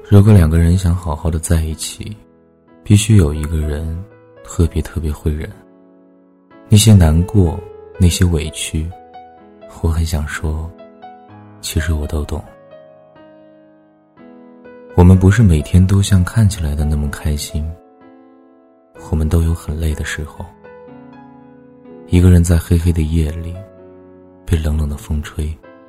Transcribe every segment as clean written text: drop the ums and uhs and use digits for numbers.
如果两个人想好好的在一起，必须有一个人特别会忍。那些难过，那些委屈，我很想说，其实我都懂。我们不是每天都像看起来的那么开心，我们都有很累的时候。一个人在黑黑的夜里，被冷冷的风吹。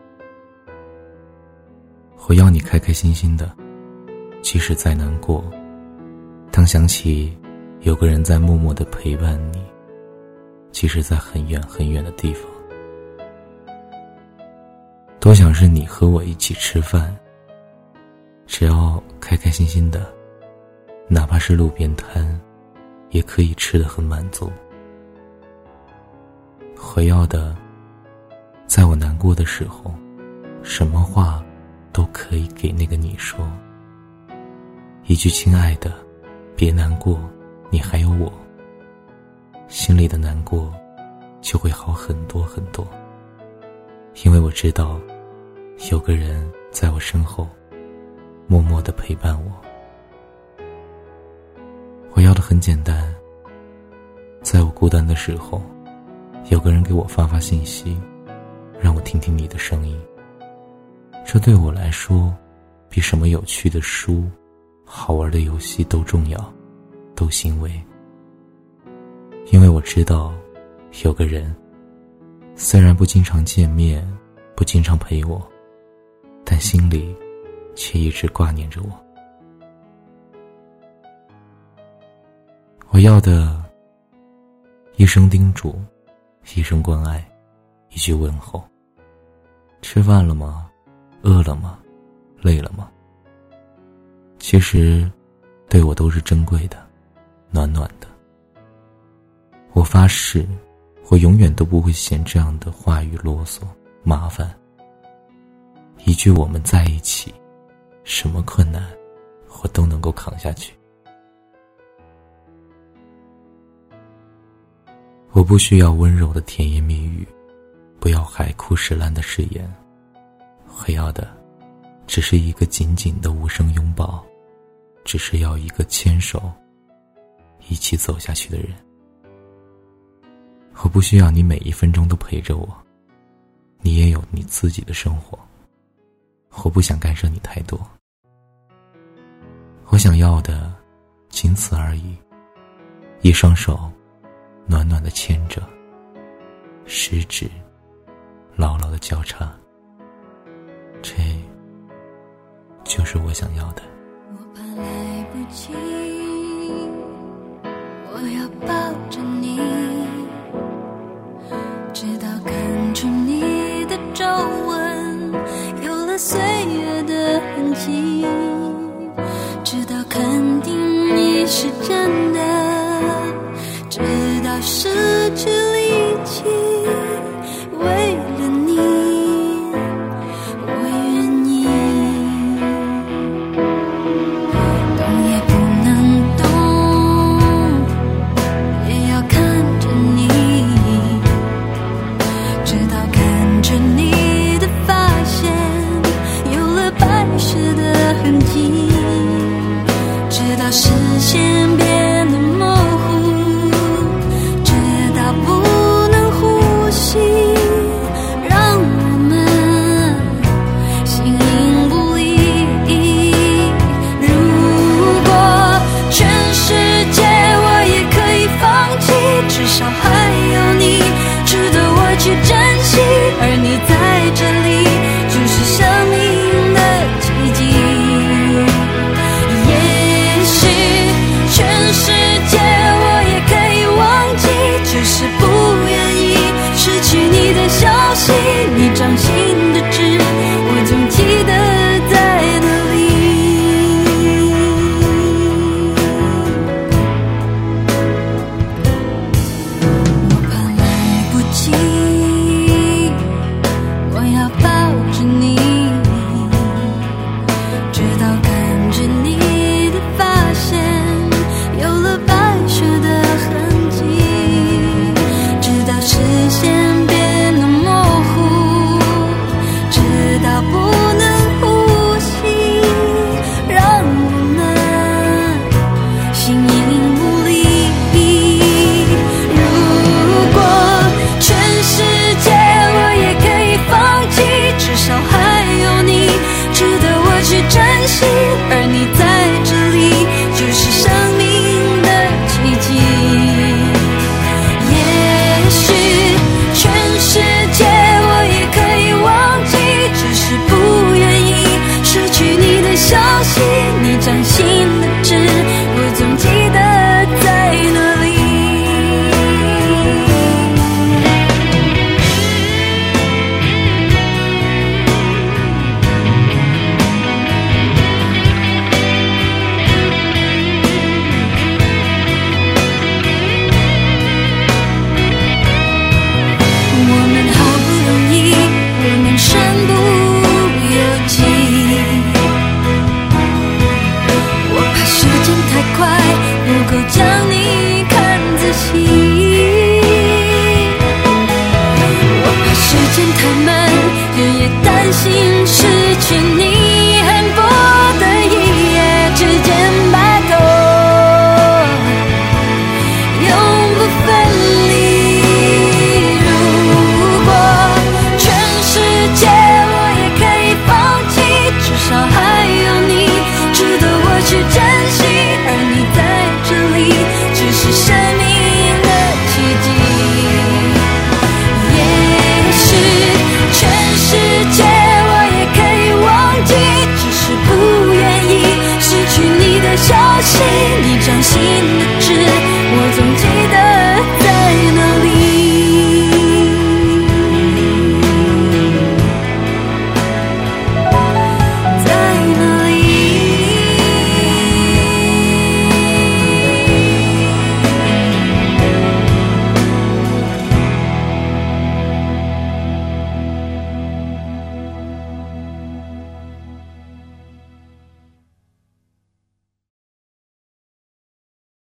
我要你开开心心的，即使再难过，当想起有个人在默默地陪伴你，即使在很远很远的地方。多想是你和我一起吃饭，只要开开心心的，哪怕是路边摊，也可以吃得很满足。我要的，在我难过的时候，什么话都可以给那个你说。一句亲爱的，别难过，你还有我，心里的难过就会好很多很多。因为我知道，有个人在我身后，默默地陪伴我。我要的很简单，在我孤单的时候，有个人给我发信息，让我听听你的声音。这对我来说，比什么有趣的书、好玩的游戏都重要，都欣慰。因为我知道，有个人，虽然不经常见面，不经常陪我，但心里却一直挂念着我。我要的，一声叮嘱，一声关爱，一句问候。吃饭了吗？饿了吗？累了吗？其实对我都是珍贵的，暖暖的。我发誓，我永远都不会嫌这样的话语啰嗦麻烦。一句我们在一起，什么困难我都能够扛下去。我不需要温柔的甜言蜜语，不要海枯石烂的誓言，我要的只是一个紧紧的无声拥抱，只是要一个牵手一起走下去的人。我不需要你每一分钟都陪着我，你也有你自己的生活，我不想干涉你太多。我想要的仅此而已，一双手暖暖的牵着，食指牢牢的交叉，这就是我想要的。 我怕来不及，我要抱着你，直到看出你的皱纹有了岁月的痕迹，直到肯定你是真的，直到失去